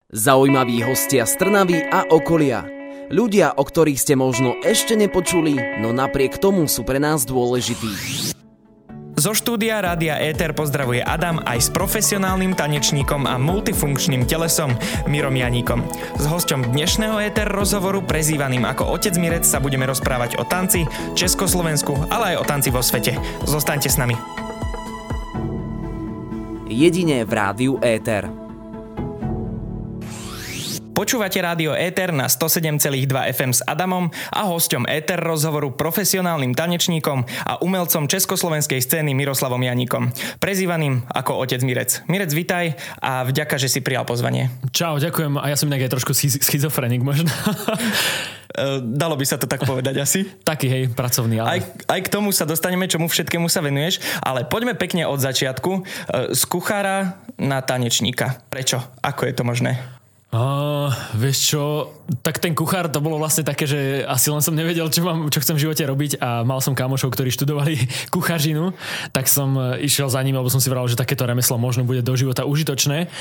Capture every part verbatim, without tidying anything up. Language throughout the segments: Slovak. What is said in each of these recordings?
Zaujímaví hostia z Trnavy a okolia. Ľudia, o ktorých ste možno ešte nepočuli, no napriek tomu sú pre nás dôležití. Zo štúdia Rádia Éter pozdravuje Adam aj s profesionálnym tanečníkom a multifunkčným telesom Mirom Janíkom. S hosťom dnešného Éter rozhovoru, prezývaným ako Otec Mirec, sa budeme rozprávať o tanci, Československu, ale aj o tanci vo svete. Zostaňte s nami. Jedine v Rádiu Éter. Počúvate Rádio Éter na sto sedem celá dva ef em s Adamom a hosťom Éter rozhovoru profesionálnym tanečníkom a umelcom československej scény Miroslavom Janíkom, prezývaným ako Otec Mirec. Mirec, vitaj a vďaka, že si prijal pozvanie. Čau, ďakujem, a ja som inak aj trošku schizofrenik možno. Dalo by sa to tak povedať asi? Taký, hej, pracovný. Ale... Aj, aj k tomu sa dostaneme, čomu všetkému sa venuješ, ale poďme pekne od začiatku. Z kuchára na tanečníka. Prečo? Ako je to možné? Uh, vieš čo, tak ten kuchár to bolo vlastne také, že asi len som nevedel, čo, mám, čo chcem v živote robiť a mal som kamošov, ktorí študovali kuchařinu, tak som išiel za ním, lebo som si vral, že takéto remeslo možno bude do života užitočné,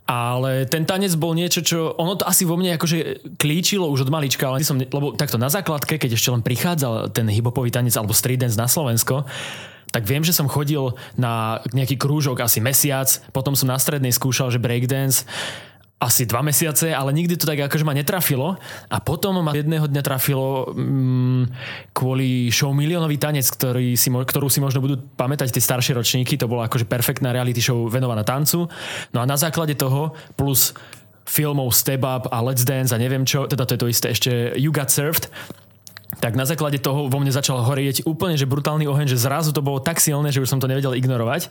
ale ten tanec bol niečo, čo ono to asi vo mne akože klíčilo už od malička, ale som, lebo takto na základke, keď ešte len prichádzal ten hip-hopový tanec alebo street dance na Slovensko, tak viem, že som chodil na nejaký krúžok asi mesiac, potom som na strednej skúšal, že breakdance asi dva mesiace, ale nikdy to tak akože ma netrafilo a potom ma jedného dňa trafilo mm, kvôli show Miliónový tanec, ktorý si, ktorú si možno budú pamätať tie staršie ročníky, to bola akože perfektná reality show venovaná tancu, no a na základe toho plus filmov Step Up a Let's Dance a neviem čo, teda to je to isté ešte You Got Served, tak na základe toho vo mne začal horieť úplne že brutálny oheň, že zrazu to bolo tak silné, že už som to nevedel ignorovať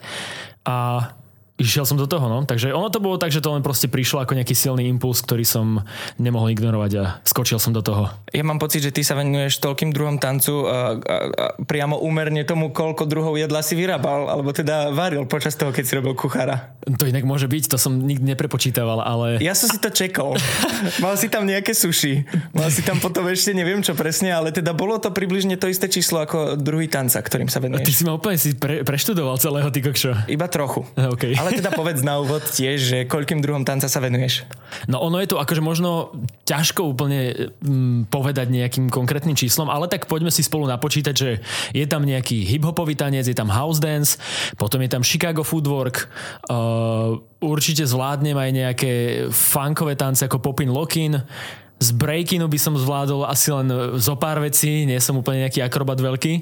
a išiel som do toho, no. Takže ono to bolo tak, že to len proste prišlo ako nejaký silný impuls, ktorý som nemohol ignorovať a skočil som do toho. Ja mám pocit, že ty sa venuješ toľkým druhom tancu a, a, a priamo úmerne tomu, koľko druhov jedla si vyrábal, alebo teda varil počas toho, keď si robil kuchára. To inak môže byť, to som nikdy neprepočítaval, ale... Ja som si to čekol. Mal si tam nejaké sushi. Mal si tam potom ešte neviem čo presne, ale teda bolo to približne to isté číslo ako druhý tanca, ktorým sa venuješ. Ty si ma úplne si pre, preštudoval celého, ty kokšo. Iba trochu. Okay. Ale teda povedz na úvod tiež, že koľkým druhom tanca sa venuješ? No ono je to akože možno ťažko úplne mm, povedať nejakým konkrétnym číslom, ale tak poďme si spolu napočítať, že je tam nejaký hip-hopový tanec, je tam house dance, potom je tam Chicago footwork, uh, určite zvládnem aj nejaké funkové tance ako Poppin' Lockin', z breakinu by som zvládol asi len zo pár vecí, nie som úplne nejaký akrobat veľký.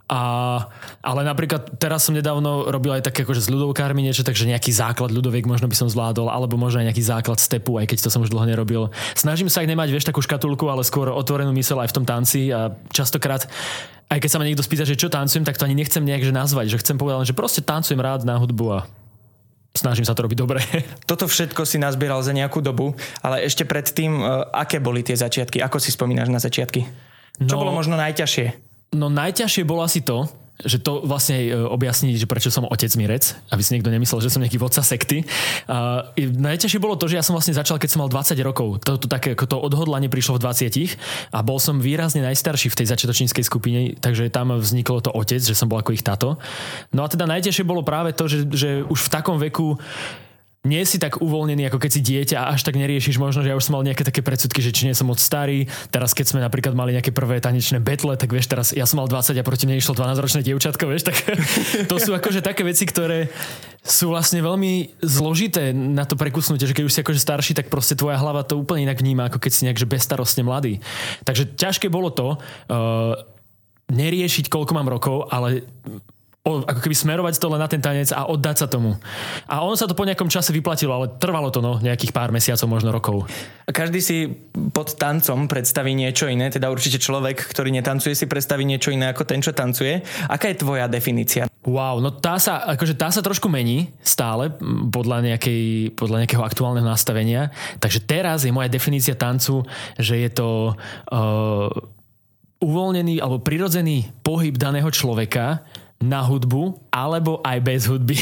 A, ale napríklad teraz som nedávno robil aj také akože s ľudovkármi niečo, takže nejaký základ ľudoviek možno by som zvládol, alebo možno aj nejaký základ stepu, aj keď to som už dlho nerobil. Snažím sa aj nemať, vieš, takú škatulku, ale skôr otvorenú myseľ aj v tom tanci a častokrát, aj keď sa ma niekto spýta, že čo tancujem, tak to ani nechcem nejak že nazvať, že chcem povedať, že proste tancujem rád na hudbu a snažím sa to robiť dobre. Toto všetko si nazbieral za nejakú dobu, ale ešte predtým, aké boli tie začiatky? Ako si spomínaš na začiatky? Čo no... bolo možno najťažšie? No najťažšie bolo asi to, že to vlastne objasniť, že prečo som Otec Mirec, aby si niekto nemyslel, že som nejaký vodca sekty. Uh, najťažšie bolo to, že ja som vlastne začal, keď som mal dvadsať rokov. To, to, také, to odhodlanie prišlo v dvadsiatich a bol som výrazne najstarší v tej začiatočníckej skupine, takže tam vzniklo to Otec, že som bol ako ich tato. No a teda najťažšie bolo práve to, že, že už v takom veku nie si tak uvoľnený, ako keď si dieťa a až tak neriešiš možno, že ja už som mal nejaké také predsudky, že či nie som moc starý. Teraz keď sme napríklad mali nejaké prvé tanečné battle, tak vieš, teraz ja som mal dvadsať a proti mne išlo dvanásťročné dievčatko, vieš, tak to sú akože také veci, ktoré sú vlastne veľmi zložité na to prekusnutie, že keď už si akože starší, tak proste tvoja hlava to úplne inak vníma, ako keď si nejak že bezstarostne mladý. Takže ťažké bolo to uh, neriešiť, koľko mám rokov, ale O, ako keby smerovať to len na ten tanec a oddať sa tomu. A ono sa to po nejakom čase vyplatilo, ale trvalo to no, nejakých pár mesiacov, možno rokov. A každý si pod tancom predstaví niečo iné, teda určite človek, ktorý netancuje, si predstaví niečo iné ako ten, čo tancuje. Aká je tvoja definícia? Wow, no tá sa, akože tá sa trošku mení stále podľa, nejakej, podľa nejakého aktuálneho nastavenia. Takže teraz je moja definícia tancu, že je to uh, uvoľnený alebo prirodzený pohyb daného človeka na hudbu, alebo aj bez hudby.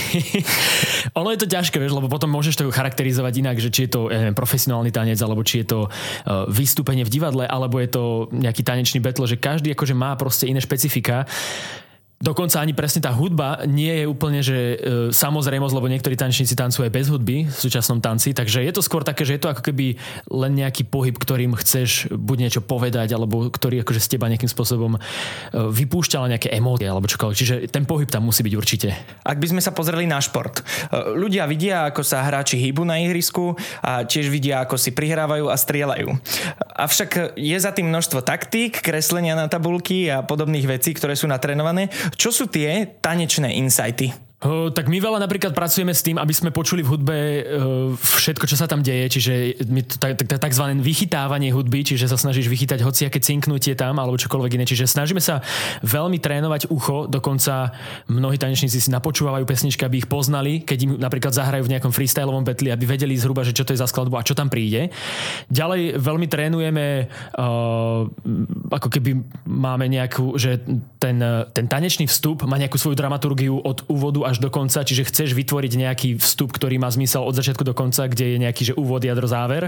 Ono je to ťažké, vieš, lebo potom môžeš to charakterizovať inak, že či je to ja neviem, profesionálny tanec, alebo či je to uh, vystúpenie v divadle, alebo je to nejaký tanečný battle, že každý akože má proste iné špecifika. Dokonca ani presne tá hudba nie je úplne, že e, samozrejmosť, lebo niektorí tanečníci tancujú aj bez hudby v súčasnom tanci, takže je to skôr také, že je to ako keby len nejaký pohyb, ktorým chceš buď niečo povedať, alebo ktorý akože z teba nejakým spôsobom e, vypúšťal nejaké emócie, alebo čokoľvek. Čiže ten pohyb tam musí byť určite. Ak by sme sa pozreli na šport. Ľudia vidia, ako sa hráči hýbu na ihrisku a tiež vidia, ako si prihrávajú a strieľajú. Avšak je za tým množstvo taktík, kreslenia na tabuľky a podobných vecí, ktoré sú natrénované. Čo sú tie tanečné insighty? O, tak my veľa napríklad pracujeme s tým, aby sme počuli v hudbe e, všetko, čo sa tam deje, čiže my to, tak, tak, takzvané vychytávanie hudby, čiže sa snažíš vychytať hociaké cinknutie tam alebo čokoľvek iné, čiže snažíme sa veľmi trénovať ucho, dokonca mnohí tanečníci si napočúvajú pesničky, aby ich poznali, keď im napríklad zahrajú v nejakom freestyleovom betli, aby vedeli zhruba, že čo to je za skladbu a čo tam príde. Ďalej veľmi trénujeme, uh, ako keby máme nejakú, že ten, ten tanečný vstup má nejakú svoju dramaturgiu od úvodu až do konca, čiže chceš vytvoriť nejaký vstup, ktorý má zmysel od začiatku do konca, kde je nejaký, že úvod, jadro, záver.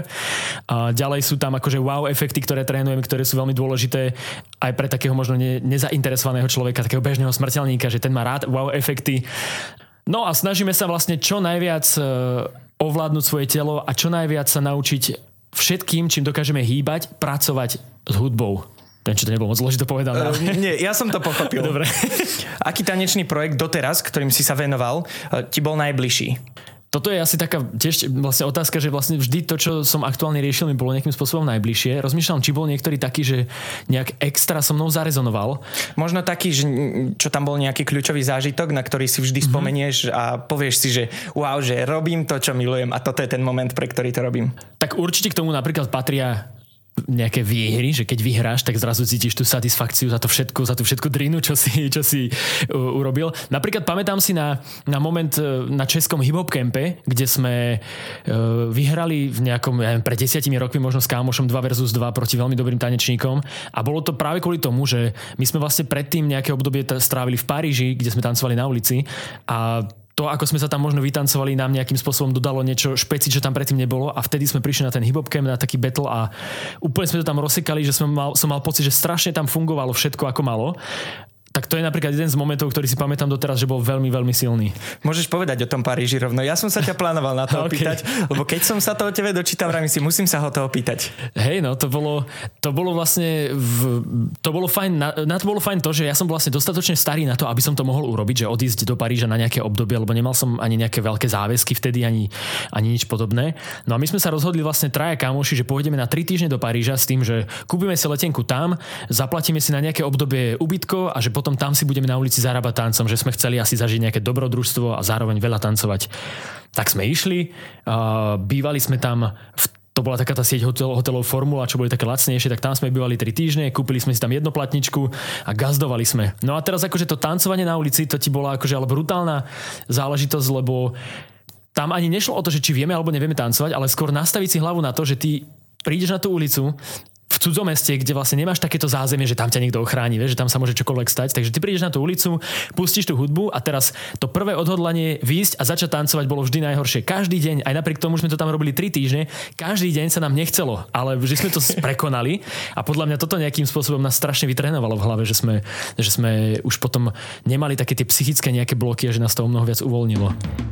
A ďalej sú tam akože wow efekty, ktoré trénujeme, ktoré sú veľmi dôležité aj pre takého možno ne, nezainteresovaného človeka, takého bežného smrteľníka, že ten má rád wow efekty. No a snažíme sa vlastne čo najviac ovládnuť svoje telo a čo najviac sa naučiť všetkým, čím dokážeme hýbať, pracovať s hudbou. Či to nebolo moc zložito povedané. Uh, nie, ja som to pochopil. Dobre. Aký tanečný projekt doteraz, ktorým si sa venoval, ti bol najbližší? Toto je asi taká tiež vlastne otázka, že vlastne vždy to, čo som aktuálne riešil, mi bolo nejakým spôsobom najbližšie. Rozmýšľam, či bol niektorý taký, že nejak extra so mnou zarezonoval. Možno taký, že čo tam bol nejaký kľúčový zážitok, na ktorý si vždy mm-hmm. spomenieš a povieš si, že wow, že robím to, čo milujem a toto je ten moment, pre ktorý to robím. Tak určite k tomu napríklad patria nejaké výhry, že keď vyhráš, tak zrazu cítiš tú satisfakciu za to všetko, za tú všetku drinu, čo si, čo si uh, urobil. Napríklad pamätám si na, na moment uh, na českom hip-hop campe, kde sme uh, vyhrali v nejakom, ja neviem, pred desiatimi rokmi možno s kámošom dva versus dva proti veľmi dobrým tanečníkom a bolo to práve kvôli tomu, že my sme vlastne predtým nejaké obdobie t- strávili v Paríži, kde sme tancovali na ulici a to, ako sme sa tam možno vytancovali, nám nejakým spôsobom dodalo niečo špeci, čo tam predtým nebolo a vtedy sme prišli na ten hip-hop camp, na taký battle a úplne sme to tam rozsekali, že som mal, som mal pocit, že strašne tam fungovalo všetko ako malo. Tak to je napríklad jeden z momentov, ktorý si pamätám doteraz, že bol veľmi, veľmi silný. Môžeš povedať o tom Paríži rovno. Ja som sa ťa plánoval na to okay. opýtať, lebo keď som sa to o tebe dočítal, vrami si musím sa ho to opýtať. Hej, no to bolo, to bolo vlastne, v, to bolo fajn, na, na to bolo fajn to, že ja som vlastne dostatočne starý na to, aby som to mohol urobiť, že odísť do Paríža na nejaké obdobie, lebo nemal som ani nejaké veľké záväzky vtedy, ani, ani nič podobné. No a my sme sa rozhodli vlastne traja kamoši, že pôjdeme na tri týždne do Paríža s tým, že kúpime si letenku tam, zaplatíme si na nejaké obdobie ubytko a že potom tam si budeme na ulici zarábať tancom, že sme chceli asi zažiť nejaké dobrodružstvo a zároveň veľa tancovať. Tak sme išli, uh, bývali sme tam, v, to bola taká tá sieť hotel, hotelov Formula, čo boli také lacnejšie, tak tam sme bývali tri týždne, kúpili sme si tam jednoplatničku a gazdovali sme. No a teraz akože to tancovanie na ulici, to ti bola akože ale brutálna záležitosť, lebo tam ani nešlo o to, že či vieme alebo nevieme tancovať, ale skôr nastaviť si hlavu na to, že ty prídeš na tú ulicu v cudzom meste, kde vlastne nemáš takéto zázemie, že tam ťa niekto ochráni, vieš, že tam sa môže čokoľvek stať. Takže ty prídeš na tú ulicu, pustíš tú hudbu a teraz to prvé odhodlanie výjsť a začať tancovať bolo vždy najhoršie. Každý deň, aj napriek tomu, že sme to tam robili tri týždne, každý deň sa nám nechcelo, ale vždy sme to prekonali a podľa mňa toto nejakým spôsobom nás strašne vytrénovalo v hlave, že sme, že sme už potom nemali také tie psychické nejaké bloky a že nás to o mnoho viac uvoľnilo.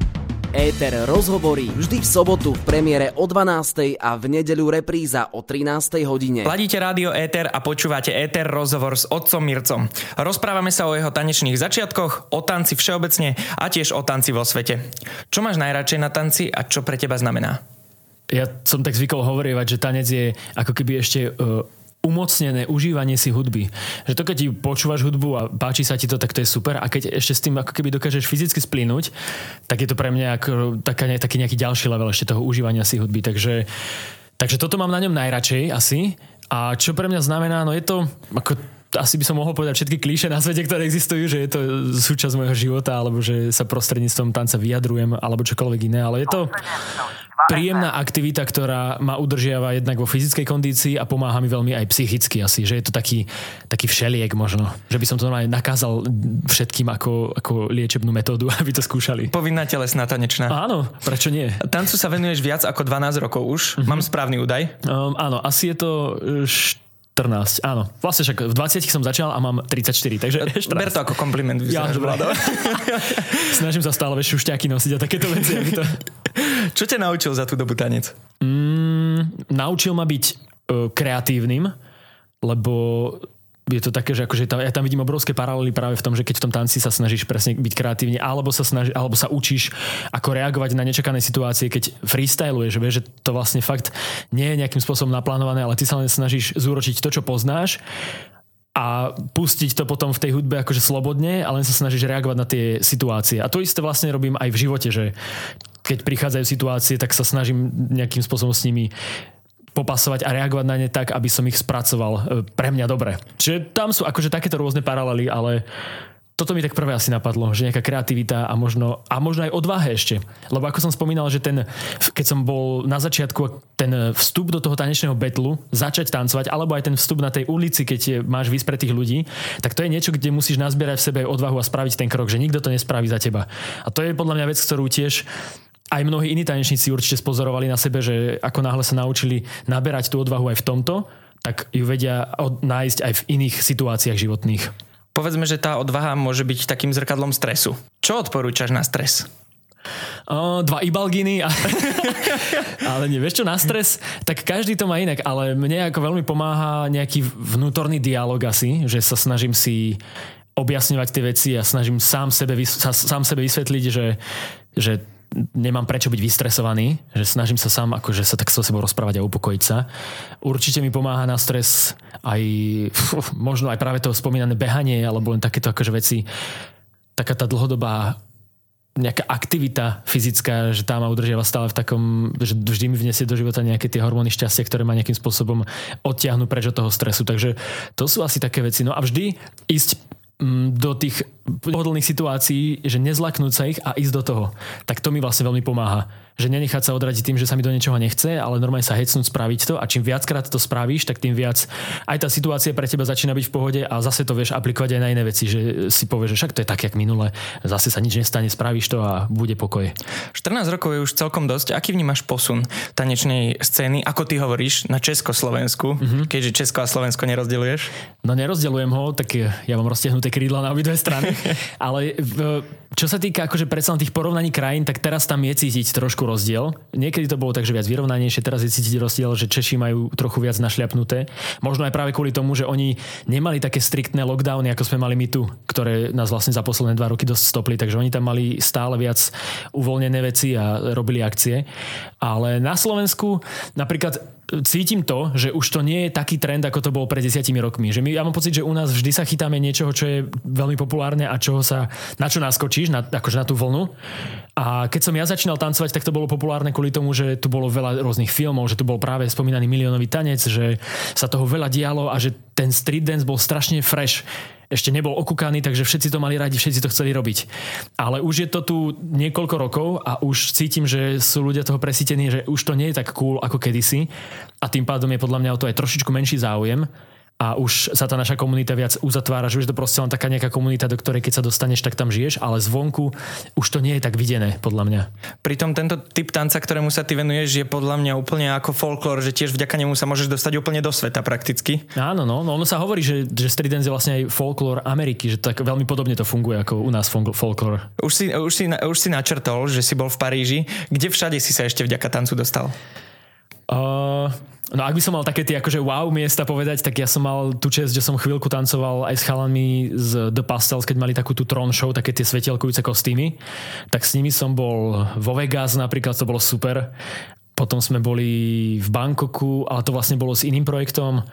Éter rozhovorí vždy v sobotu v premiére o dvanástej a v nedeľu repríza o trinástej hodine. Ladíte rádio Éter a počúvate Éter rozhovor s otcom Mircom. Rozprávame sa o jeho tanečných začiatkoch, o tanci všeobecne a tiež o tanci vo svete. Čo máš najradšej na tanci a čo pre teba znamená? Ja som tak zvykol hovorievať, že tanec je ako keby ešte Uh... umocnené užívanie si hudby. Že to, keď ti počúvaš hudbu a páči sa ti to, tak to je super. A keď ešte s tým ako keby dokážeš fyzicky splínuť, tak je to pre mňa ako taká, taký nejaký ďalší level ešte toho užívania si hudby. Takže, takže toto mám na ňom najradšej asi. A čo pre mňa znamená, no je to ako asi by som mohol povedať všetky klíše na svete, ktoré existujú, že je to súčasť môjho života, alebo že sa prostredníctvom tanca vyjadrujem, alebo čokoľvek iné, ale je to príjemná aktivita, ktorá ma udržiava jednak vo fyzickej kondícii a pomáha mi veľmi aj psychicky asi, že je to taký, taký všeliek možno, že by som to normálne nakázal všetkým ako, ako liečebnú metódu, aby to skúšali. Povinná telesná tanečná. Áno, prečo nie? Tancu sa venuješ viac ako dvanásť rokov už, mm-hmm. Mám správny údaj? Um, áno, asi je to št- štrnásť, áno. Vlastne však v dvadsiatich som začal a mám tridsaťštyri, takže štrnásť. Ber to ako kompliment. Ja, snažím sa stále vieš šušťáky nosiť a takéto veci. To... Čo ťa naučil za tú dobu tanec? Mm, naučil ma byť uh, kreatívnym, lebo je to také, že akože tam, ja tam vidím obrovské paralely práve v tom, že keď v tom tanci sa snažíš presne byť kreatívne, alebo sa snaží, alebo sa učíš ako reagovať na nečakané situácie, keď freestyluješ, vieš, že to vlastne fakt nie je nejakým spôsobom naplánované, ale ty sa len snažíš zúročiť to, čo poznáš a pustiť to potom v tej hudbe akože slobodne a len sa snažíš reagovať na tie situácie. A to isté vlastne robím aj v živote, že keď prichádzajú situácie, tak sa snažím nejakým spôsobom s nimi popasovať a reagovať na ne tak, aby som ich spracoval pre mňa dobre. Čiže tam sú akože takéto rôzne paralely, ale toto mi tak prvé asi napadlo, že nejaká kreativita a možno, a možno aj odvaha ešte. Lebo ako som spomínal, že ten, keď som bol na začiatku, ten vstup do toho tanečného betlu, začať tancovať, alebo aj ten vstup na tej ulici, keď máš vyspretých ľudí, tak to je niečo, kde musíš nazbierať v sebe odvahu a spraviť ten krok, že nikto to nespraví za teba. A to je podľa mňa vec, ktorú tiež aj mnohí iní tanečníci určite spozorovali na sebe, že ako náhle sa naučili naberať tú odvahu aj v tomto, tak ju vedia nájsť aj v iných situáciách životných. Povedzme, že tá odvaha môže byť takým zrkadlom stresu. Čo odporúčaš na stres? O, dva ibalginy. A... ale nie, vieš čo, na stres? Tak každý to má inak, ale mne ako veľmi pomáha nejaký vnútorný dialog asi, že sa snažím si objasňovať tie veci a snažím sám sebe, sám sebe vysvetliť, že, že nemám prečo byť vystresovaný, že snažím sa sám akože sa tak so sebou rozprávať a upokojiť sa. Určite mi pomáha na stres aj pf, možno aj práve to spomínané behanie alebo len takéto akože veci, taká tá dlhodobá nejaká aktivita fyzická, že tá ma udržiava stále v takom, že vždy mi vniesie do života nejaké tie hormóny šťastia, ktoré ma nejakým spôsobom odtiahnu preč od toho stresu. Takže to sú asi také veci. No a vždy ísť do tých pohodlných situácií, že nezlaknúť sa ich a ísť do toho. Tak to mi vlastne veľmi pomáha. Že nenechať sa odradiť tým, že sa mi do niečoho nechce, ale normálne sa hecnúť, spraviť to a čím viackrát to spravíš, tak tým viac aj tá situácia pre teba začína byť v pohode a zase to vieš aplikovať aj na iné veci, že si povieš, že však to je tak, jak minule, zase sa nič nestane, spravíš to a bude pokoj. štrnásť rokov je už celkom dosť. Aký vnímaš posun tanečnej scény, ako ty hovoríš, na Československu, mm-hmm. keďže Česko a Slovensko nerozdeľuješ? No nerozdeľujem ho, tak ja mám roztiahnuté krídla na obidve strany, ale čo sa týka akože predsa tých porovnaní krajín, tak teraz tam je cítiť trošku rozdiel. Niekedy to bolo tak, že viac vyrovnanejšie, teraz je cítiť rozdiel, že Češi majú trochu viac našľapnuté. Možno aj práve kvôli tomu, že oni nemali také striktné lockdowny, ako sme mali my tu, ktoré nás vlastne za posledné dva roky dosť stopli, takže oni tam mali stále viac uvoľnené veci a robili akcie. Ale na Slovensku napríklad cítim to, že už to nie je taký trend, ako to bolo pred desiatimi rokmi. Že my, ja mám pocit, že u nás vždy sa chytáme niečoho, čo je veľmi populárne a čoho sa, na čo naskočíš, na, akože na tú vlnu. A keď som ja začínal tancovať, tak to bolo populárne kvôli tomu, že tu bolo veľa rôznych filmov, že tu bol práve spomínaný Miliónový tanec, že sa toho veľa dialo a že ten street dance bol strašne fresh. Ešte nebol okúkaný, takže všetci to mali radi, všetci to chceli robiť. Ale už je to tu niekoľko rokov a už cítim, že sú ľudia toho presítení, že už to nie je tak cool ako kedysi a tým pádom je podľa mňa o to aj trošičku menší záujem a už sa tá naša komunita viac uzatvára, že už je to proste len taká nejaká komunita, do ktorej keď sa dostaneš, tak tam žiješ, ale zvonku už to nie je tak videné, podľa mňa. Pritom tento typ tanca, ktorému sa ty venuješ, je podľa mňa úplne ako folklór, že tiež vďaka nemu sa môžeš dostať úplne do sveta prakticky. Áno, no, no ono sa hovorí, že, že street dance je vlastne aj folklór Ameriky, že tak veľmi podobne to funguje ako u nás folklór. Už si, už si, už si načrtol, že si bol v Paríži. Kde všade si sa ešte vďaka tancu dostal? Uh, no ak by som mal také tie akože wow miesta povedať, tak ja som mal tú čest, že som chvíľku tancoval aj s chalanmi z The Pastels, keď mali takú tú tron show, také tie svetielkujúce kostýmy, tak s nimi som bol vo Vegas napríklad, to bolo super. Potom sme boli v Bangkoku, ale to vlastne bolo s iným projektom.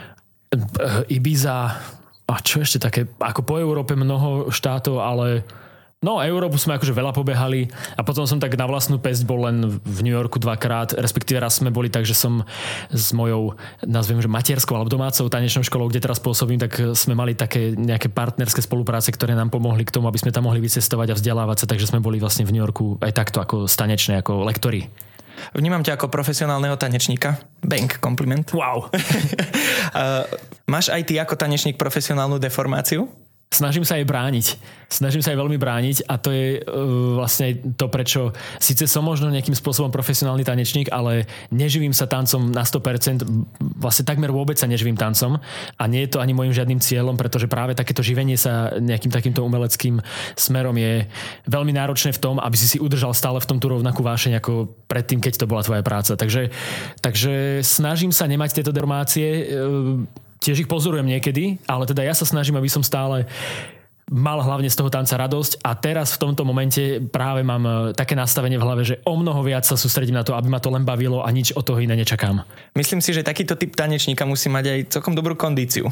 Ibiza a čo ešte také, ako po Európe mnoho štátov, ale no, Európu sme akože veľa pobehali a potom som tak na vlastnú päsť bol len v New Yorku dvakrát, respektíve raz sme boli tak, že som s mojou, nazviem, že materskou alebo domácou tanečnou školou, kde teraz pôsobím, tak sme mali také nejaké partnerské spolupráce, ktoré nám pomohli k tomu, aby sme tam mohli vycestovať a vzdelávať sa, takže sme boli vlastne v New Yorku aj takto ako tanečné, ako lektori. Vnímam ťa ako profesionálneho tanečníka. Bang, kompliment. Wow. uh, máš aj ty ako tanečník profesionálnu deformáciu? Snažím sa aj brániť. Snažím sa aj veľmi brániť a to je uh, vlastne to, prečo síce som možno nejakým spôsobom profesionálny tanečník, ale neživím sa tancom na sto percent, vlastne takmer vôbec sa neživím tancom a nie je to ani môjim žiadnym cieľom, pretože práve takéto živenie sa nejakým takýmto umeleckým smerom je veľmi náročné v tom, aby si si udržal stále v tom tú rovnakú vášeň ako predtým, keď to bola tvoja práca. Takže, takže snažím sa nemať tieto deformácie. Tiež ich pozorujem niekedy, ale teda ja sa snažím, aby som stále mal hlavne z toho tanca radosť a teraz v tomto momente práve mám také nastavenie v hlave, že o mnoho viac sa sústredím na to, aby ma to len bavilo a nič od toho iné nečakám. Myslím si, že takýto typ tanečníka musí mať aj celkom dobrú kondíciu.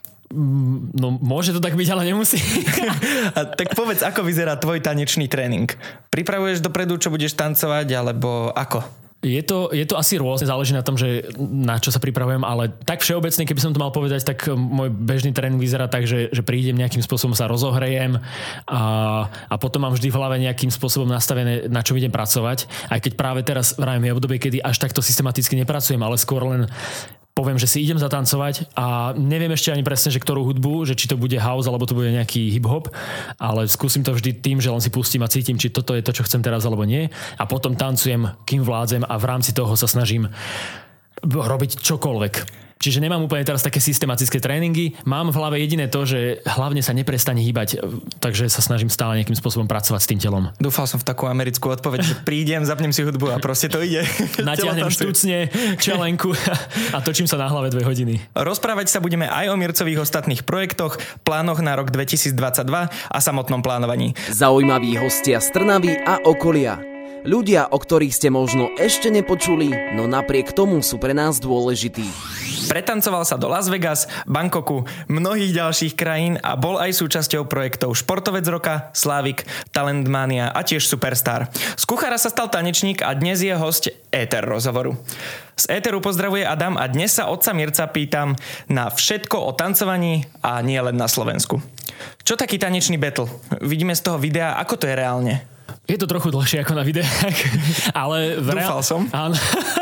No môže to tak byť, ale nemusí. A tak povedz, ako vyzerá tvoj tanečný tréning? Pripravuješ dopredu, čo budeš tancovať, alebo ako? Je to, je to asi rôzne, záleží na tom, že na čo sa pripravujem, ale tak všeobecne, keby som to mal povedať, tak môj bežný tréning vyzerá tak, že, že prídem nejakým spôsobom, sa rozohrejem a, a potom mám vždy v hlave nejakým spôsobom nastavené, na čom idem pracovať. Aj keď práve teraz vravím, je obdobie, kedy až takto systematicky nepracujem, ale skôr len poviem, že si idem zatancovať a neviem ešte ani presne, že ktorú hudbu, že či to bude house alebo to bude nejaký hip-hop, ale skúsim to vždy tým, že len si pustím a cítim, či toto je to, čo chcem teraz alebo nie a potom tancujem, kým vládzem a v rámci toho sa snažím robiť čokoľvek. Čiže nemám úplne teraz také systematické tréningy. Mám v hlave jediné to, že hlavne sa neprestane hýbať, takže sa snažím stále nejakým spôsobom pracovať s tým telom. Dúfal som v takú americkú odpoveď, že prídem, zapnem si hudbu a proste to ide. Natiahnem štucne, čelenku a točím sa na hlave dve hodiny. Rozprávať sa budeme aj o Mircových ostatných projektoch, plánoch na rok dvetisícdvadsaťdva a samotnom plánovaní. Zaujímaví hostia z Trnavy a okolia. Ľudia, o ktorých ste možno ešte nepočuli, no napriek tomu sú pre nás dôležití. Pretancoval sa do Las Vegas, Bangkoku, mnohých ďalších krajín a bol aj súčasťou projektov Športovec roka, Slávik, Talentmania a tiež Superstar. Z kuchára sa stal tanečník a dnes je hosť Éter rozhovoru. Z Éteru pozdravuje Adam a dnes sa otca Mirca pýtam na všetko o tancovaní a nie len na Slovensku. Čo taký tanečný battle? Vidíme z toho videa, ako to je reálne. Je to trochu dlhšie ako na videách, ale... Dúfal reál... som. Áno.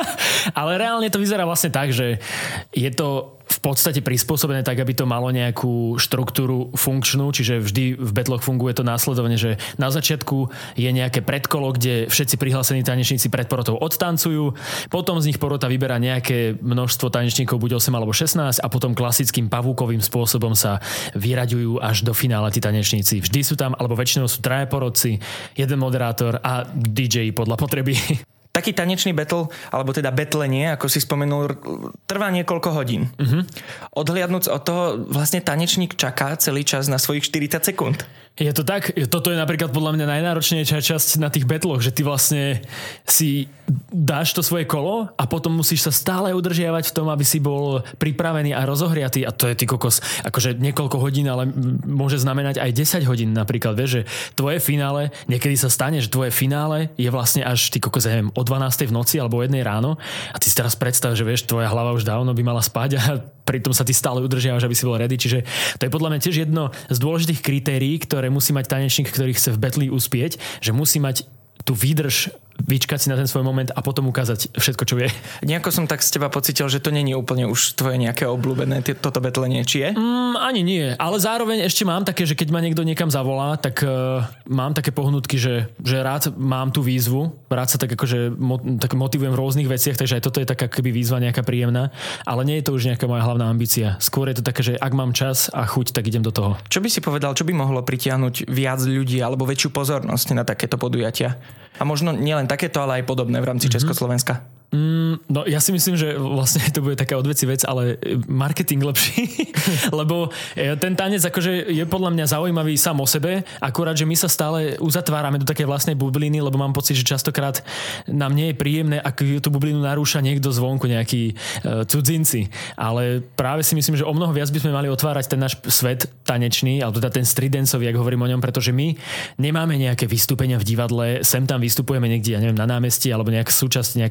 Ale reálne to vyzerá vlastne tak, že je to v podstate prispôsobené tak, aby to malo nejakú štruktúru funkčnú, čiže vždy v battloch funguje to následovne, že na začiatku je nejaké predkolo, kde všetci prihlásení tanečníci pred porotou odtancujú, potom z nich porota vyberá nejaké množstvo tanečníkov, buď osem alebo šestnásť a potom klasickým pavúkovým spôsobom sa vyraďujú až do finále tí tanečníci. Vždy sú tam, alebo väčšinou sú traja porodci, jeden moderátor a dý džej podľa potreby. Taký tanečný battle, alebo teda betlenie, ako si spomenul, trvá niekoľko hodín. Uh-huh. Odhliadnúc od toho, vlastne tanečník čaká celý čas na svojich štyridsať sekúnd. Je to tak? Toto je napríklad podľa mňa najnáročnejšia časť na tých battloch, že ty vlastne si dáš to svoje kolo a potom musíš sa stále udržiavať v tom, aby si bol pripravený a rozohriatý a to je ty kokos, akože niekoľko hodín, ale môže znamenať aj desať hodín napríklad, vieš, že tvoje finále, niekedy sa stane, že tvoje finále je vlastne až ty kokos, ja neviem, o dvanástej v noci alebo o jednej ráno a ty si teraz predstav, že vieš, tvoja hlava už dávno by mala spať a pritom sa ty stále udržiavaš, aby si bol ready, čiže to je podľa mňa tiež jedno z dôležitých kritérií, ktoré musí mať tanečník, ktorý chce v battle uspieť, že musí mať tú výdrž vyčkať si na ten svoj moment a potom ukázať všetko, čo vie. Nejako som tak z teba pocitil, že to není úplne už tvoje nejaké obľúbené toto betlenie, či je? Mm, ani nie, ale zároveň ešte mám také, že keď ma niekto niekam zavolá, tak uh, mám také pohnutky, že, že rád mám tú výzvu, rád sa tak akože mo, tak motivujem v rôznych veciach, takže aj toto je taká keby výzva nejaká príjemná, ale nie je to už nejaká moja hlavná ambícia. Skôr je to také, že ak mám čas a chuť, tak idem do toho. Čo by si povedal, čo by mohlo pritiahnuť viac ľudí alebo väčšiu pozornosť na takéto podujatia? A možno nielen takéto, ale aj podobné v rámci mm-hmm. Československa. Mm, no ja si myslím, že vlastne to bude taká odveci vec, ale marketing lepší, lebo ten tanec akože je podľa mňa zaujímavý sám o sebe, akurát, že my sa stále uzatvárame do také vlastnej bubliny, lebo mám pocit, že častokrát nám nie je príjemné, ak tú bublinu narúša niekto zvonku, nejakí uh, cudzinci, ale práve si myslím, že o mnoho viac by sme mali otvárať ten náš svet tanečný, alebo teda ten street danceový, ak hovorím o ňom, pretože my nemáme nejaké vystúpenia v divadle, sem tam vystupujeme niekde, ja neviem, na námestí alebo nejaká súčasť nejakého inter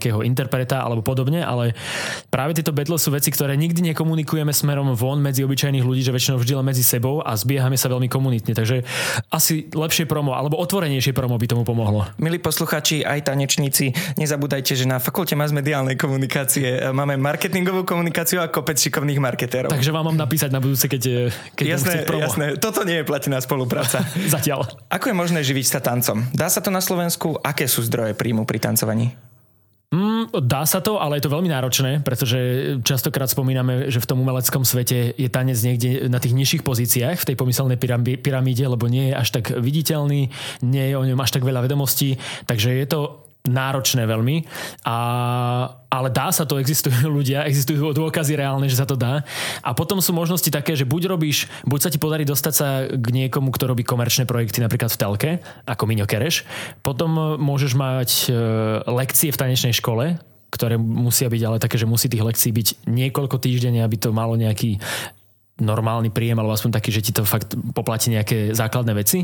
interpreta alebo podobne, ale práve tieto battle sú veci, ktoré nikdy nekomunikujeme smerom von medzi obyčajných ľudí, že väčšinou vždy len medzi sebou a zbiehame sa veľmi komunitne. Takže asi lepšie promo alebo otvorenejšie promo by tomu pomohlo. Milí posluchači, aj tanečníci, nezabúdajte, že na fakulte masmediálnej komunikácie máme marketingovú komunikáciu a kopec šikovných marketérov. Takže vám mám napísať na budúce, keď, keď jasné, jasné. Toto nie je platená spolupráca. Zatiaľ. Ako je možné živiť sa tancom? Dá sa to na Slovensku? Aké sú zdroje príjmu pri tancovaní? Mm, dá sa to, ale je to veľmi náročné, pretože častokrát spomíname, že v tom umeleckom svete je tanec niekde na tých nižších pozíciách v tej pomyselnej pyramíde, lebo nie je až tak viditeľný, nie je o ňom až tak veľa vedomostí, takže je to náročné veľmi, a, ale dá sa to, existujú ľudia, existujú dôkazy reálne, že sa to dá. A potom sú možnosti také, že buď robíš, buď sa ti podarí dostať sa k niekomu, kto robí komerčné projekty napríklad v telke, ako Miňo Kereš, potom môžeš mať e, lekcie v tanečnej škole, ktoré musia byť ale také, že musí tých lekcií byť niekoľko týždení, aby to malo nejaký normálny príjem, alebo aspoň taký, že ti to fakt poplatí nejaké základné veci.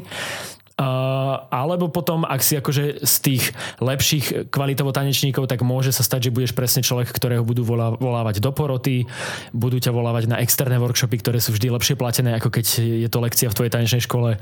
Uh, alebo potom, ak si akože z tých lepších kvalitovo tanečníkov, tak môže sa stať, že budeš presne človek, ktorého budú volá, volávať do poroty, budú ťa volávať na externé workshopy, ktoré sú vždy lepšie platené, ako keď je to lekcia v tvojej tanečnej škole.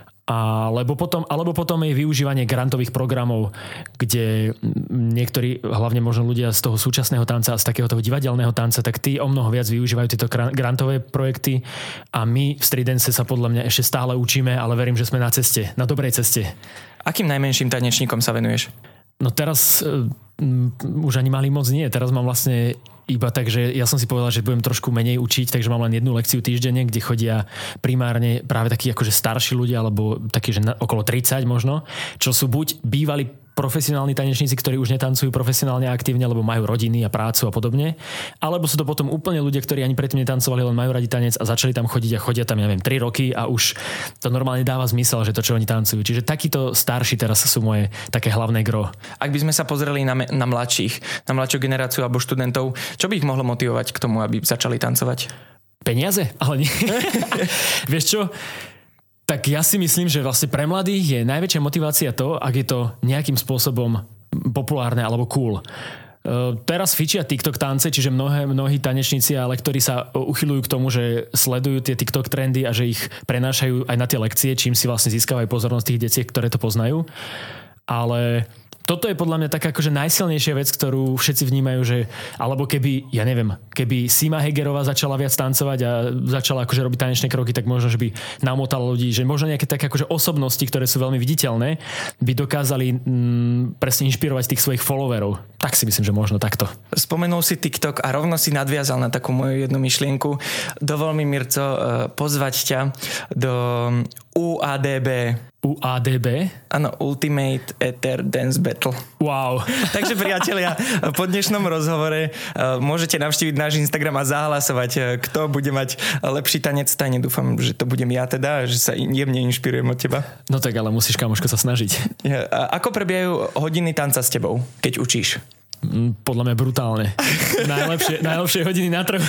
Alebo potom, alebo potom je využívanie grantových programov, kde niektorí, hlavne možno ľudia z toho súčasného tanca a z takého toho divadelného tanca, tak tí o mnoho viac využívajú tieto grantové projekty a my v Street Dance sa podľa mňa ešte stále učíme, ale verím, že sme na ceste, na dobrej ceste. Akým najmenším tanečníkom sa venuješ? No teraz uh, už ani malý moc nie. Teraz mám vlastne iba tak, že ja som si povedal, že budem trošku menej učiť, takže mám len jednu lekciu týždenne, kde chodia primárne práve takí akože starší ľudia, alebo takí, že na, okolo tridsať možno, čo sú buď bývali profesionálni tanečníci, ktorí už netancujú profesionálne aktívne, lebo majú rodiny a prácu a podobne, alebo sú to potom úplne ľudia, ktorí ani predtým netancovali, len majú radi tanec a začali tam chodiť a chodia tam, ja neviem, tri roky a už to normálne dáva zmysel, že to, čo oni tancujú. Čiže takíto starší teraz sú moje také hlavné gro. Ak by sme sa pozreli na, na mladších, na mladšiu generáciu alebo študentov, čo by ich mohlo motivovať k tomu, aby začali tancovať? Peniaze? Ale nie. Vieš čo? Tak ja si myslím, že vlastne pre mladých je najväčšia motivácia to, ak je to nejakým spôsobom populárne alebo cool. Uh, teraz fičia TikTok tance, čiže mnohé, mnohí tanečníci a lektori sa uchyľujú k tomu, že sledujú tie TikTok trendy a že ich prenášajú aj na tie lekcie, čím si vlastne získavajú pozornosť tých detí, ktoré to poznajú. Ale toto je podľa mňa taká akože najsilnejšia vec, ktorú všetci vnímajú, že alebo keby, ja neviem, keby Sima Hegerová začala viac tancovať a začala akože robiť tanečné kroky, tak možno, že by namotala ľudí, že možno nejaké také akože osobnosti, ktoré sú veľmi viditeľné, by dokázali mm, presne inšpirovať tých svojich followerov. Tak si myslím, že možno takto. Spomenul si TikTok a rovno si nadviazal na takú moju jednu myšlienku. Dovol mi, Mirco, pozvať ťa do U A D B. U A D B? Áno, Ultimate Ether Dance Battle. Wow. Takže priatelia, po dnešnom rozhovore môžete navštíviť náš Instagram a zahlasovať, kto bude mať lepší tanec v tane. Dúfam, že to budem ja teda, že sa jemne inšpirujem od teba. No tak ale musíš, kamoško, sa snažiť. A ako prebiehajú hodiny tanca s tebou, keď učíš? Podľa mňa brutálne. Najlepšie, najlepšie hodiny na trhu.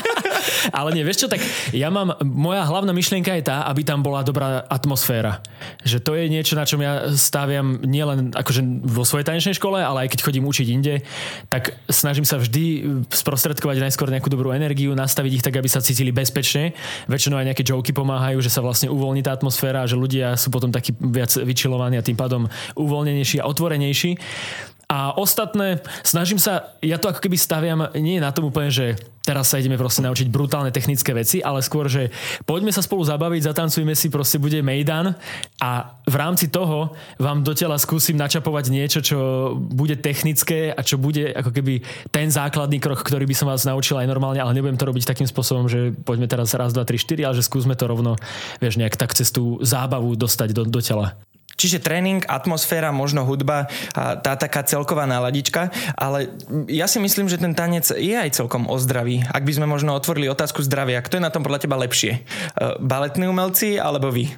Ale nie, vieš čo, tak ja mám, moja hlavná myšlienka je tá, aby tam bola dobrá atmosféra. Že to je niečo, na čom ja staviam nielen akože vo svojej tanečnej škole, ale aj keď chodím učiť inde, tak snažím sa vždy sprostredkovať najskôr nejakú dobrú energiu, nastaviť ich tak, aby sa cítili bezpečne. Väčšinou aj nejaké joky pomáhajú, že sa vlastne uvoľní tá atmosféra, že ľudia sú potom takí viac vyčilovaní a tým pádom uvoľnenejší a otvorenejší. A ostatné, snažím sa, ja to ako keby staviam, nie je na tom úplne, že teraz sa ideme proste naučiť brutálne technické veci, ale skôr, že poďme sa spolu zabaviť, zatancujme si, proste bude mejdan a v rámci toho vám do tela skúsim načapovať niečo, čo bude technické a čo bude ako keby ten základný krok, ktorý by som vás naučil aj normálne, ale nebudem to robiť takým spôsobom, že poďme teraz raz, dva, tri, štyri, ale že skúsme to rovno, vieš, nejak tak cez tú zábavu dostať do, do tela. Čiže tréning, atmosféra, možno hudba a tá taká celková náladička, ale ja si myslím, že ten tanec je aj celkom o zdraví. Ak by sme možno otvorili otázku zdravia, kto je na tom podľa teba lepšie? Baletní umelci alebo vy?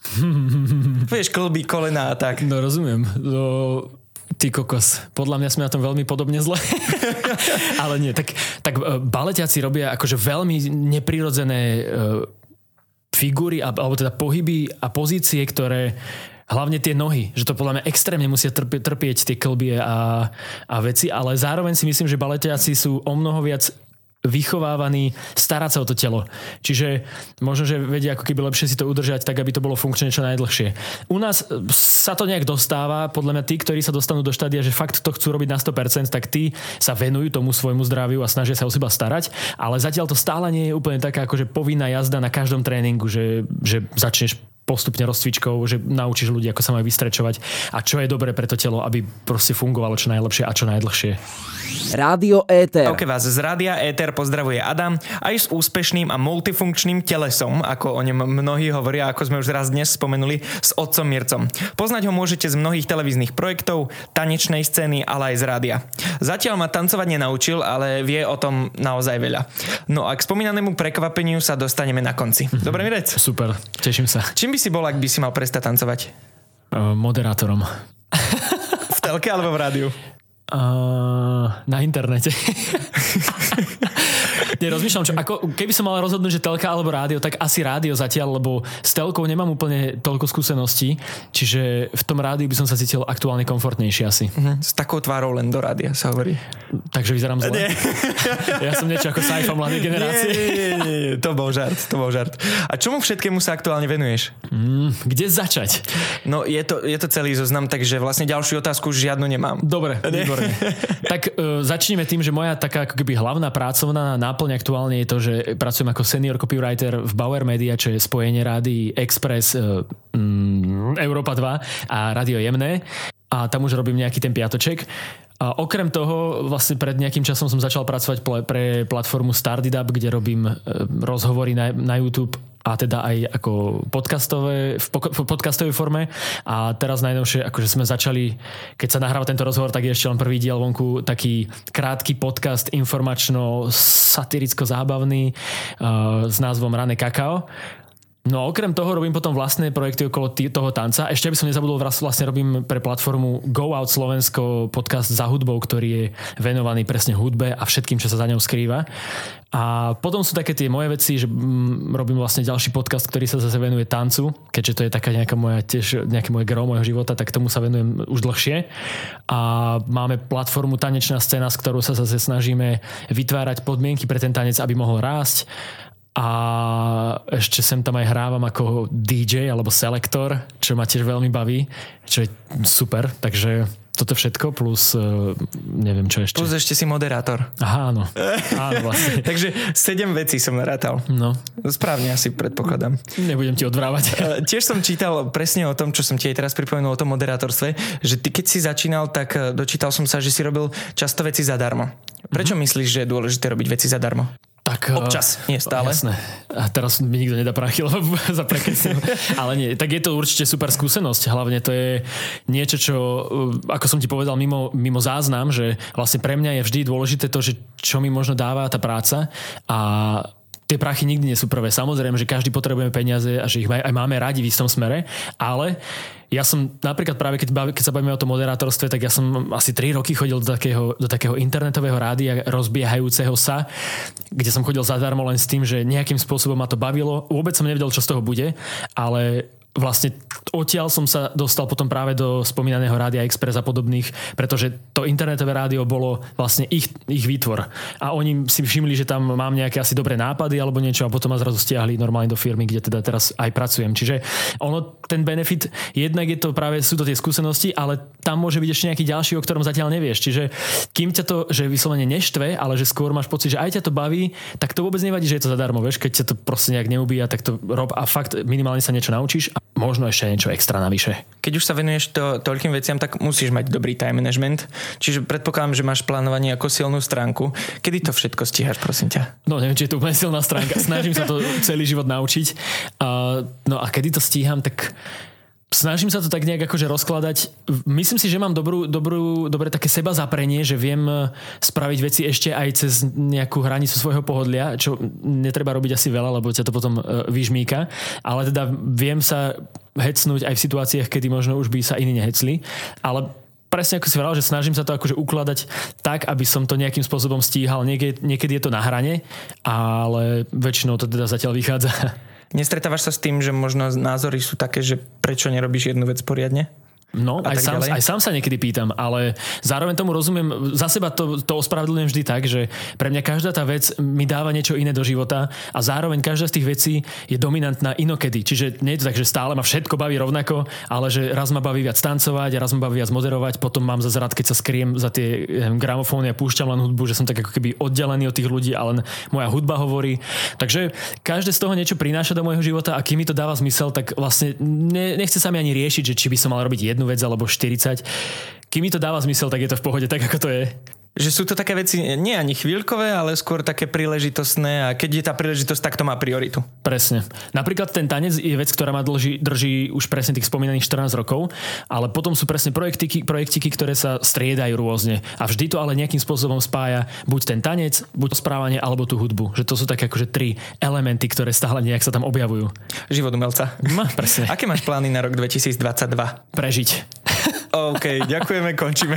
Vieš, klby, kolena a tak. No rozumiem. No, ty kokos. Podľa mňa sme na tom veľmi podobne zle. Ale nie, tak, tak baletiaci robia akože veľmi neprirodzené figúry alebo teda pohyby a pozície, ktoré hlavne tie nohy, že to podľa mňa extrémne musia trpieť, trpieť tie klbie a, a veci, ale zároveň si myslím, že baletiaci sú o mnoho viac vychovávaní starať sa o to telo. Čiže možno, že vedia ako keby lepšie si to udržať tak, aby to bolo funkčné čo najdlhšie. U nás sa to nejak dostáva, podľa mňa tí, ktorí sa dostanú do štádia, že fakt to chcú robiť na sto percent, tak tí sa venujú tomu svojmu zdraviu a snažia sa o seba starať, ale zatiaľ to stále nie je úplne taká akože povinná jazda na každom tréningu, že, že začneš postupne rozcvičkou, že naučíš ľudí, ako sa majú vystrečovať a čo je dobré pre to telo, aby proste fungovalo čo najlepšie a čo najdlhšie. Rádio Éter. Ok, vás z Rádia Éter pozdravuje Adam aj s úspešným a multifunkčným telesom, ako o ňom mnohí hovoria, ako sme už raz dnes spomenuli, s otcom Mircom. Poznať ho môžete z mnohých televíznych projektov, tanečnej scény, ale aj z rádia. Zatiaľ ma tancovať nenaučil, ale vie o tom naozaj veľa. No a k spomínanému prekvapeniu sa dostaneme na konci. Dobre, Mirec? Super, teším sa. Čím by si bol, ak by si mal prestať tancovať? Uh, moderátorom. V telke alebo v rádiu? Uh, na internete. Nerozmýšľam, čo, ako, keby som mal rozhodnúť, že telka alebo rádio, tak asi rádio zatiaľ, lebo s telkou nemám úplne toľko skúseností, čiže v tom rádiu by som sa cítil aktuálne komfortnejšie asi. Uh-huh. S takou tvárou len do rádia sa hovorí. Takže vyzerám zle. Ja som niečo ako Saifa mladej generácie. Nie, nie, nie, nie, to bol žart, to bol žart. A čomu všetkému sa aktuálne venuješ? Mm, kde začať? No je to, je to celý zoznam, takže vlastne ďalšiu otázku už žiadnu nemám. Dobre, výborné. Tak uh, začneme tým, že moja taká ako keby hlavná pracovná náplň aktuálne je to, že pracujem ako senior copywriter v Bauer Media, čo je spojenie rádií Express, uh, um, Európa dva a Radio Jemné. A tam už robím nejaký ten piatoček. A okrem toho, vlastne pred nejakým časom som začal pracovať pre platformu Startup, kde robím rozhovory na, na YouTube a teda aj ako podcastové, v podcastovej forme. A teraz najnovšie, akože sme začali, keď sa nahráva tento rozhovor, tak je ešte len prvý diel vonku, taký krátky podcast informačno-satiricko-zábavný uh, s názvom Rané kakao. No a okrem toho robím potom vlastné projekty okolo tý, toho tanca. Ešte aby som nezabudol, vlastne robím pre platformu Go Out Slovensko podcast Za hudbou, ktorý je venovaný presne hudbe a všetkým, čo sa za ňou skrýva. A potom sú také tie moje veci, že mm, robím vlastne ďalší podcast, ktorý sa zase venuje tancu, keďže to je taká nejaká moja tiež, nejaké moje gro môjho života, tak tomu sa venujem už dlhšie. A máme platformu Tanečná scéna, s ktorou sa zase snažíme vytvárať podmienky pre ten tanec, aby mohol rásť. A ešte sem tam aj hrávam ako dý džej alebo selektor, čo ma tiež veľmi baví, čo je super, takže toto všetko plus uh, neviem čo ešte. Plus ešte si moderátor. Aha, áno. Áno, vlastne. Takže sedem vecí som narátal. No. Správne asi predpokladám. Nebudem ti odvrávať. Uh, tiež som čítal presne o tom, čo som ti aj teraz pripomenul o tom moderátorstve, že ty keď si začínal, tak dočítal som sa, že si robil často veci zadarmo. Prečo mm-hmm. myslíš, že je dôležité robiť veci zadarmo? Tak, občas, nie stále. Jasné. A teraz mi nikto nedá prachy, lebo za prekecnú. Ale nie, tak je to určite super skúsenosť. Hlavne to je niečo, čo, ako som ti povedal, mimo, mimo záznam, že vlastne pre mňa je vždy dôležité to, že čo mi možno dáva tá práca a tie prachy nikdy nie sú prvé. Samozrejme, že každý potrebujeme peniaze a že ich aj máme radi v istom smere, ale ja som napríklad práve, keď, baví, keď sa bavíme o tom moderátorstve, tak ja som asi tri roky chodil do takého, do takého internetového rádia rozbiehajúceho sa, kde som chodil zadarmo len s tým, že nejakým spôsobom ma to bavilo. Vôbec som nevedel, čo z toho bude, ale vlastne odtiaľ som sa dostal potom práve do spomínaného Rádia Express a podobných, pretože to internetové rádio bolo vlastne ich, ich výtvor. A oni si všimli, že tam mám nejaké asi dobré nápady alebo niečo a potom ma zrazu stiahli normálne do firmy, kde teda teraz aj pracujem. Čiže ono, ten benefit, jednak je to práve, sú to tie skúsenosti, ale tam môže byť ešte nejaký ďalší, o ktorom zatiaľ nevieš. Čiže kým ťa to, že vyslovene neštve, ale že skôr máš pocit, že aj ťa to baví, tak to vôbec nevadí, že je to zadarmo, vieš, keď ťa to proste nejak neubíja, tak to rob a fakt minimálne sa niečo naučíš. Možno ešte niečo extra navyše. Keď už sa venuješ to, toľkým veciam, tak musíš mať dobrý time management. Čiže predpokladám, že máš plánovanie ako silnú stránku. Kedy to všetko stíhaš, prosím ťa? No neviem, či je to úplne silná stránka. Snažím sa to celý život naučiť. Uh, no a kedy to stíham, tak snažím sa to tak nejak akože rozkladať. Myslím si, že mám dobrú, dobrú, dobré také seba zaprenie, že viem spraviť veci ešte aj cez nejakú hranicu svojho pohodlia, čo netreba robiť asi veľa, lebo ťa to potom vyžmýka. Ale teda viem sa hecnúť aj v situáciách, kedy možno už by sa iní nehecli. Ale presne ako si vravel, že snažím sa to akože ukladať tak, aby som to nejakým spôsobom stíhal. Niekedy, niekedy je to na hrane, ale väčšinou to teda zatiaľ vychádza. Nestretávaš sa s tým, že možno názory sú také, že prečo nerobíš jednu vec poriadne? No, aj sám, aj sám sa niekedy pýtam, ale zároveň tomu rozumiem, za seba to, to ospravedlňujem vždy tak, že pre mňa každá tá vec mi dáva niečo iné do života a zároveň každá z tých vecí je dominantná inokedy. Čiže nie je to tak, že stále ma všetko baví rovnako, ale že raz ma baví viac tancovať a raz ma baví viac moderovať, potom mám zase rád, keď sa skriem za tie gramofóny a púšťam len hudbu, že som tak ako keby oddelený od tých ľudí a len moja hudba hovorí. Takže každé z toho niečo prináša do môjho života a kým mi to dáva zmysel, tak vlastne ne, nechce sa mi ani riešiť, že či by som mal robiť jednu vec alebo štyridsať. Kým mi to dáva zmysel, tak je to v pohode, tak ako to je. Že sú to také veci nie ani chvíľkové, ale skôr také príležitostné a keď je tá príležitosť, tak to má prioritu. Presne. Napríklad ten tanec je vec, ktorá ma drží, drží už presne tých spomínaných štrnásť rokov, ale potom sú presne projektiky, projektiky, ktoré sa striedajú rôzne a vždy to ale nejakým spôsobom spája buď ten tanec, buď správanie alebo tú hudbu. Že to sú také akože tri elementy, ktoré stále nejak sa tam objavujú. Život umelca. No, presne. Aké máš plány na rok dvetisícdvadsaťdva? Prežiť. OK, ďakujeme, končíme.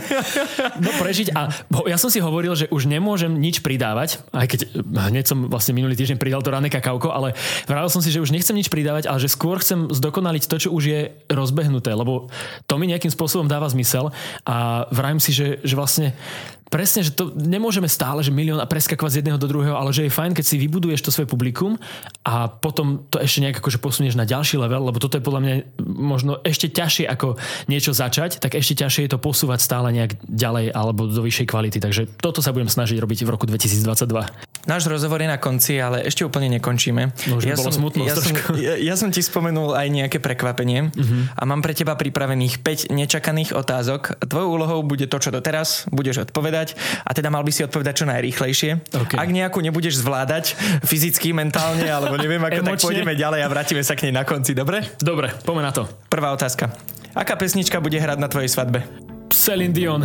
No prežiť a ja som si hovoril, že už nemôžem nič pridávať, aj keď hneď som vlastne minulý týždeň pridal to rané kakauko, ale vravil som si, že už nechcem nič pridávať, ale že skôr chcem zdokonaliť to, čo už je rozbehnuté, lebo to mi nejakým spôsobom dáva zmysel a vravím si, že, že vlastne presne, že to nemôžeme stále, že milión a preskakovať z jedného do druhého, ale že je fajn, keď si vybuduješ to svoje publikum a potom to ešte nejak akože posunieš na ďalší level, lebo toto je podľa mňa možno ešte ťažšie ako niečo začať, tak ešte ťažšie je to posúvať stále nejak ďalej alebo do vyššej kvality. Takže toto sa budem snažiť robiť v roku dvetisícdvadsaťdva. Náš rozhovor je na konci, ale ešte úplne nekončíme. No, ja, som, smutno, ja, som, ja, ja som ti spomenul aj nejaké prekvapenie uh-huh. a mám pre teba pripravených päť nečakaných otázok. Tvojou úlohou bude to, čo doteraz budeš odpovedať a teda mal by si odpovedať čo najrýchlejšie. Okay. Ak nejakú nebudeš zvládať fyzicky, mentálne alebo neviem ako, tak pôjdeme ďalej a vrátime sa k nej na konci, dobre? Dobre, poďme na to. Prvá otázka. Aká pesnička bude hrať na tvojej svadbe? Celine Dion.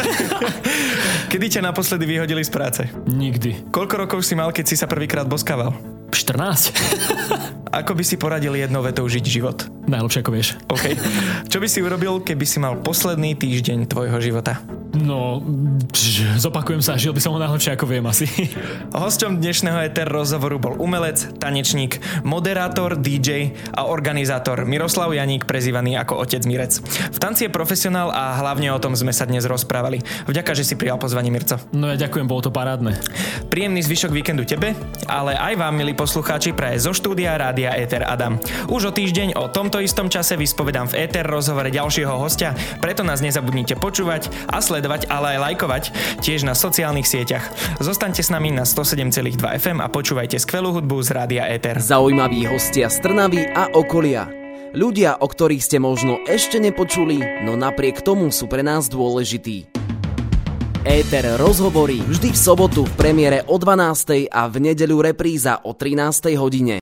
Kedy ťa naposledy vyhodili z práce? Nikdy. Koľko rokov si mal, keď si sa prvýkrát boskával? štrnásť. Ako by si poradil jednou vetou žiť život? Najlepšie ako vieš. OK. Čo by si urobil, keby si mal posledný týždeň tvojho života? No, pš, zopakujem sa, žil by som ho najlepšie ako viem asi. Hosťom dnešného Éter rozhovoru bol umelec, tanečník, moderátor, dý džej a organizátor Miroslav Janík, prezývaný ako Otec Mirec. V tanci je profesionál a hlavne o tom sme sa dnes rozprávali. Vďaka, že si prijal pozvanie, Mirco. No ja ďakujem, bolo to parádne. Príjemný zvyšok víkendu tebe, ale aj vám, milí poslucháči, praje zo štúdia Rádia Éter Adam. Už o týždeň o tomto istom čase vyspovedám v Éter rozhovore ďalšieho hostia, preto nás nezabudnite počúvať a sledovať, ale aj lajkovať tiež na sociálnych sieťach. Zostaňte s nami na sto sedem celá dva ef em a počúvajte skvelú hudbu z Rádia Éter. Zaujímaví hostia z Trnavy a okolia. Ľudia, o ktorých ste možno ešte nepočuli, no napriek tomu sú pre nás dôležití. Éter rozhovory vždy v sobotu v premiére o dvanástej a v nedeľu repríza o trinástej hodine.